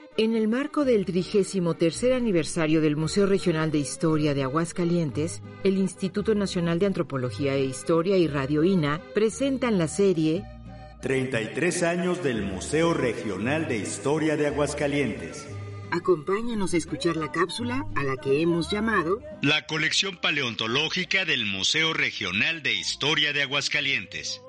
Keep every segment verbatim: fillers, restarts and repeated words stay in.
En el marco del trigésimo tercer aniversario del Museo Regional de Historia de Aguascalientes, el Instituto Nacional de Antropología e Historia y Radio I N A presentan la serie treinta y tres años del Museo Regional de Historia de Aguascalientes. Acompáñanos a escuchar la cápsula a la que hemos llamado La colección paleontológica del Museo Regional de Historia de Aguascalientes.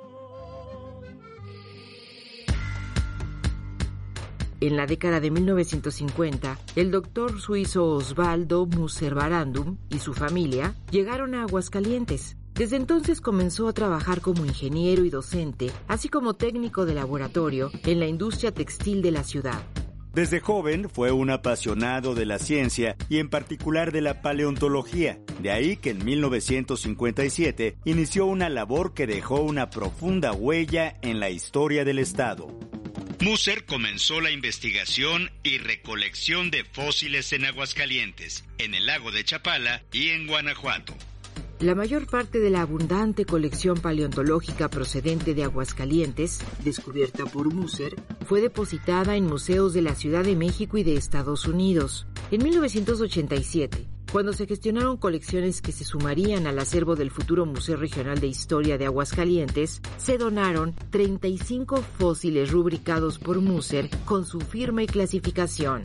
En la década de mil novecientos cincuenta, el doctor suizo Osvaldo Musser-Barandum y su familia llegaron a Aguascalientes. Desde entonces comenzó a trabajar como ingeniero y docente, así como técnico de laboratorio en la industria textil de la ciudad. Desde joven fue un apasionado de la ciencia y en particular de la paleontología. De ahí que en mil novecientos cincuenta y siete inició una labor que dejó una profunda huella en la historia del estado. Musser comenzó la investigación y recolección de fósiles en Aguascalientes, en el lago de Chapala y en Guanajuato. La mayor parte de la abundante colección paleontológica procedente de Aguascalientes, descubierta por Musser, fue depositada en museos de la Ciudad de México y de Estados Unidos. En mil novecientos ochenta y siete, cuando se gestionaron colecciones que se sumarían al acervo del futuro Museo Regional de Historia de Aguascalientes, se donaron treinta y cinco fósiles rubricados por Musser con su firma y clasificación.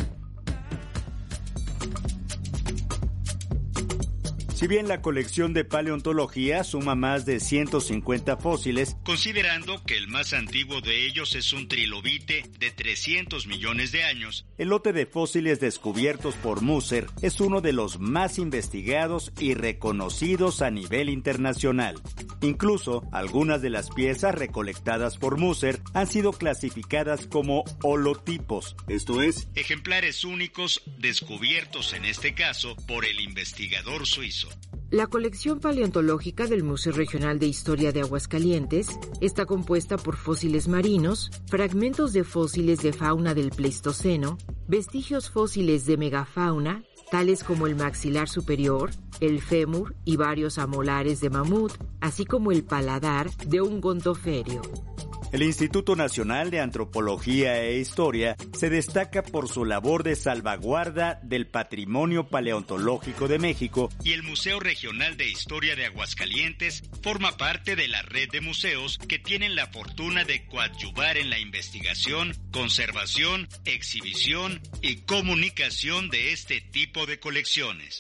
Si bien la colección de paleontología suma más de ciento cincuenta fósiles, considerando que el más antiguo de ellos es un trilobite de trescientos millones de años, el lote de fósiles descubiertos por Musser es uno de los más investigados y reconocidos a nivel internacional. Incluso, algunas de las piezas recolectadas por Musser han sido clasificadas como holotipos, esto es, ejemplares únicos descubiertos en este caso por el investigador suizo. La colección paleontológica del Museo Regional de Historia de Aguascalientes está compuesta por fósiles marinos, fragmentos de fósiles de fauna del Pleistoceno, vestigios fósiles de megafauna, tales como el maxilar superior, el fémur y varios amolares de mamut, así como el paladar de un gontoferio. El Instituto Nacional de Antropología e Historia se destaca por su labor de salvaguarda del patrimonio paleontológico de México y el Museo Regional de Historia de Aguascalientes forma parte de la red de museos que tienen la fortuna de coadyuvar en la investigación, conservación, exhibición y comunicación de este tipo de colecciones.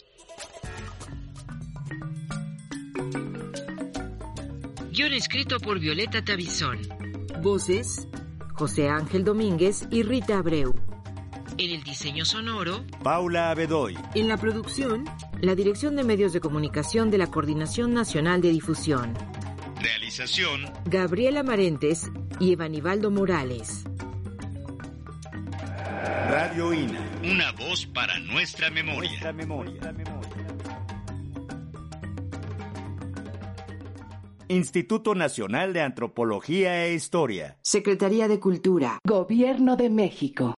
Guión escrito por Violeta Tabizón. Voces: José Ángel Domínguez y Rita Abreu. En el diseño sonoro, Paula Abedoy. En la producción, la Dirección de Medios de Comunicación de la Coordinación Nacional de Difusión. Realización, Gabriela Marentes y Evanibaldo Morales. Radio I N A, una voz para nuestra memoria. Nuestra memoria. Instituto Nacional de Antropología e Historia. Secretaría de Cultura. Gobierno de México.